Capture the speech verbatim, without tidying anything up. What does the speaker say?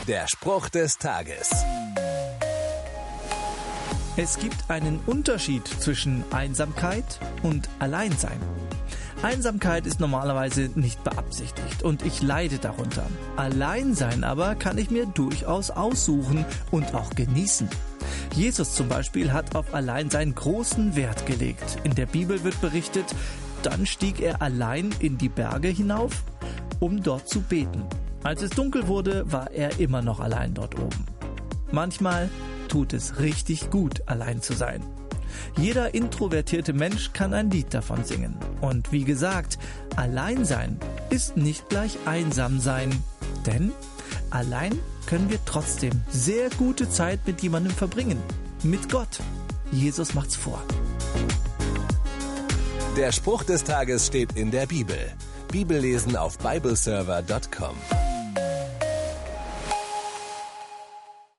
Der Spruch des Tages. Es gibt einen Unterschied zwischen Einsamkeit und Alleinsein. Einsamkeit ist normalerweise nicht beabsichtigt und ich leide darunter. Alleinsein aber kann ich mir durchaus aussuchen und auch genießen. Jesus zum Beispiel hat auf Alleinsein großen Wert gelegt. In der Bibel wird berichtet, dann stieg er allein in die Berge hinauf, um dort zu beten. Als es dunkel wurde, war er immer noch allein dort oben. Manchmal tut es richtig gut, allein zu sein. Jeder introvertierte Mensch kann ein Lied davon singen. Und wie gesagt, Alleinsein ist nicht gleich einsam sein. Denn allein können wir trotzdem sehr gute Zeit mit jemandem verbringen. Mit Gott. Jesus macht's vor. Der Spruch des Tages steht in der Bibel. Bibellesen auf bibleserver punkt com.